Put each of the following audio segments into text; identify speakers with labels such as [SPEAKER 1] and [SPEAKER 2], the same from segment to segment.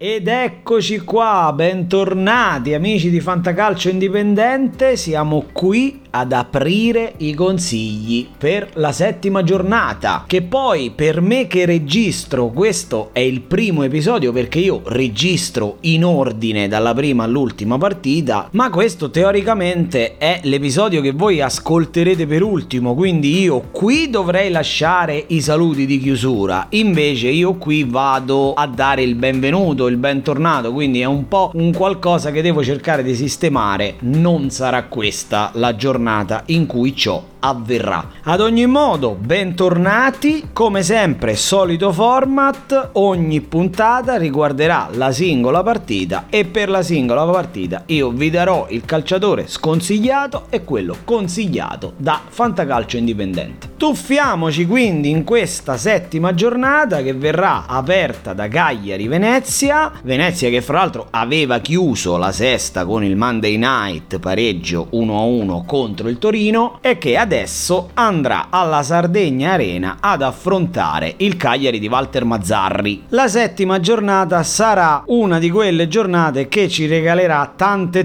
[SPEAKER 1] Ed eccoci qua, bentornati amici di Fantacalcio Indipendente, siamo qui ad aprire i consigli per la settima giornata, che poi per me che registro questo è il primo episodio perché io registro in ordine dalla prima all'ultima partita, ma questo teoricamente è l'episodio che voi ascolterete per ultimo, quindi io qui dovrei lasciare i saluti di chiusura, invece io qui vado a dare il benvenuto, il bentornato, quindi è un po' un qualcosa che devo cercare di sistemare. Non sarà questa la giornata in cui ciò avverrà. Ad ogni modo, bentornati, come sempre solito format, ogni puntata riguarderà la singola partita e per la singola partita io vi darò il calciatore sconsigliato e quello consigliato da Fantacalcio Indipendente. Tuffiamoci quindi in questa settima giornata che verrà aperta da Cagliari-Venezia che fra l'altro aveva chiuso la sesta con il Monday Night pareggio 1-1 contro il Torino e che adesso andrà alla Sardegna Arena ad affrontare il Cagliari di Walter Mazzarri. La settima giornata sarà una di quelle giornate che ci regalerà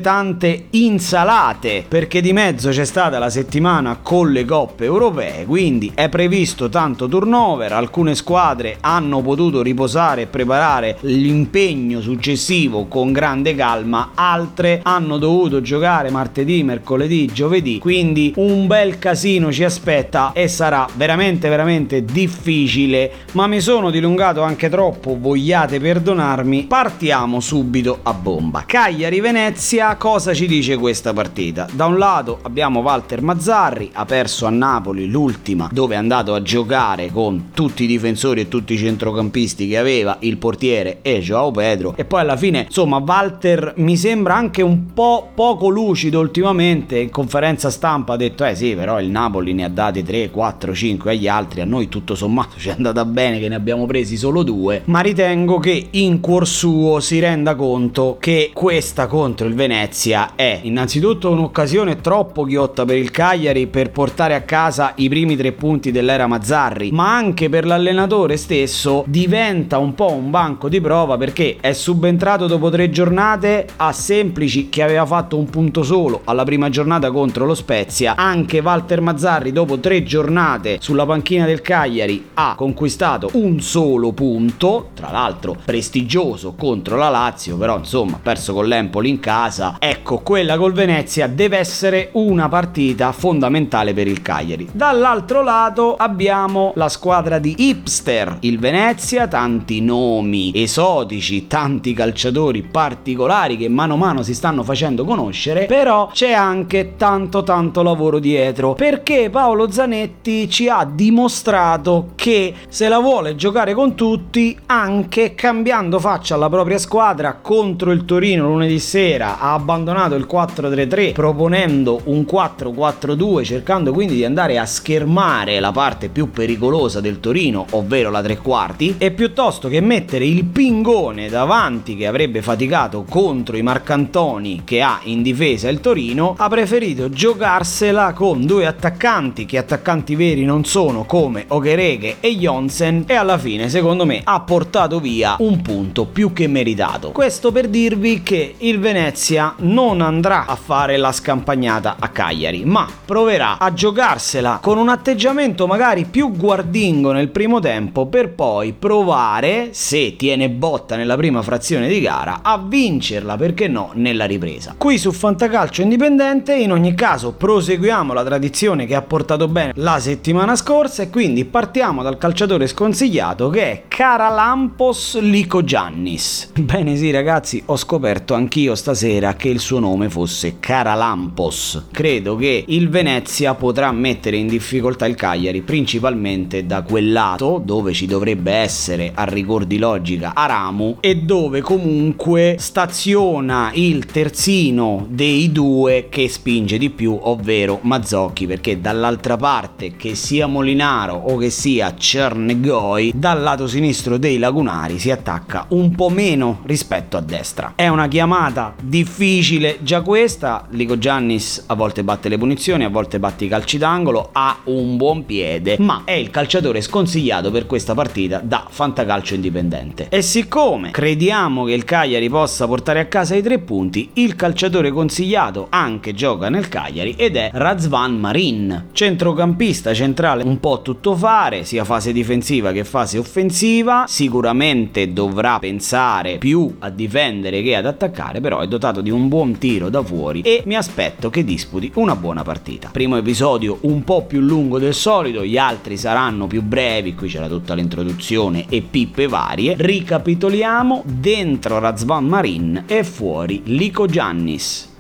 [SPEAKER 1] tante insalate, perché di mezzo c'è stata la settimana con le coppe europee, quindi è previsto tanto turnover, alcune squadre hanno potuto riposare e preparare l'impegno successivo con grande calma, altre hanno dovuto giocare martedì, mercoledì, giovedì, quindi un bel casino ci aspetta e sarà veramente difficile, ma mi sono dilungato anche troppo, vogliate perdonarmi. Partiamo subito a bomba. Cagliari-Venezia, cosa ci dice questa partita? Da un lato abbiamo Walter Mazzarri, ha perso a Napoli l'ultima, dove è andato a giocare con tutti i difensori e tutti i centrocampisti che aveva, il portiere e Joao Pedro, e poi alla fine insomma Walter mi sembra anche un po' poco lucido ultimamente. In conferenza stampa ha detto sì, però il Napoli ne ha dati 3, 4, 5 agli altri, a noi tutto sommato ci è andata bene che ne abbiamo presi solo 2, ma ritengo che in cuor suo si renda conto che questa contro il Venezia è innanzitutto un'occasione troppo ghiotta per il Cagliari per portare a casa i primi 3 punti dell'era Mazzarri, ma anche per l'allenatore stesso diventa un po' un banco di prova, perché è subentrato dopo 3 giornate a Semplici che aveva fatto un punto solo alla prima giornata contro lo Spezia. Anche Walter Mazzarri dopo 3 giornate sulla panchina del Cagliari ha conquistato un solo punto, tra l'altro prestigioso contro la Lazio, però insomma ha perso con l'Empoli in casa. Ecco, quella col Venezia deve essere una partita fondamentale per il Cagliari. Dall'altro lato abbiamo la squadra di hipster, il Venezia, tanti nomi esotici, tanti calciatori particolari che mano a mano si stanno facendo conoscere, però c'è anche tanto lavoro dietro, perché Paolo Zanetti ci ha dimostrato che se la vuole giocare con tutti, anche cambiando faccia alla propria squadra. Contro il Torino lunedì sera ha abbandonato il 4-3-3 proponendo un 4-4-2, cercando quindi di andare a schermare la parte più pericolosa del Torino, ovvero la tre quarti, e piuttosto che mettere il pingone davanti che avrebbe faticato contro i marcantoni che ha in difesa il Torino, ha preferito giocarsela con 2 attaccanti che attaccanti veri non sono, come Okereke e Jonsen, e alla fine secondo me ha portato via un punto più che meritato. Questo per dirvi che il Venezia non andrà a fare la scampagnata a Cagliari, ma proverà a giocarsela con un atteggiamento magari più guardingo nel primo tempo, per poi provare, se tiene botta nella prima frazione di gara, a vincerla, perché no, nella ripresa. Qui su Fantacalcio Indipendente in ogni caso proseguiamo la tradizione che ha portato bene la settimana scorsa e quindi partiamo dal calciatore sconsigliato, che è Charalampos Lykogiannis. Bene sì ragazzi, ho scoperto anch'io stasera che il suo nome fosse Charalampos. Credo che il Venezia potrà mettere in difficoltà il Cagliari principalmente da quel lato dove ci dovrebbe essere, a rigor di logica, Aramu, e dove comunque staziona il terzino dei due che spinge di più, ovvero Mazzocchi. perché dall'altra parte, che sia Molinaro o che sia Cernegoi, dal lato sinistro dei lagunari si attacca un po' meno rispetto a destra. È una chiamata difficile già questa. Licogiannis a volte batte le punizioni, a volte batte i calci d'angolo, ha un buon piede, ma è il calciatore sconsigliato per questa partita da Fantacalcio Indipendente. E siccome crediamo che il Cagliari possa portare a casa i 3 punti, il calciatore consigliato anche gioca nel Cagliari ed è Razvan Marin, centrocampista centrale un po' tuttofare, sia fase difensiva che fase offensiva. Sicuramente dovrà pensare più a difendere che ad attaccare, però è dotato di un buon tiro da fuori e mi aspetto che disputi una buona partita. Primo episodio un po' più lungo del solito, gli altri saranno più brevi, qui c'era tutta l'introduzione e pippe varie. Ricapitoliamo: dentro Razvan Marin e fuori Licogiannis.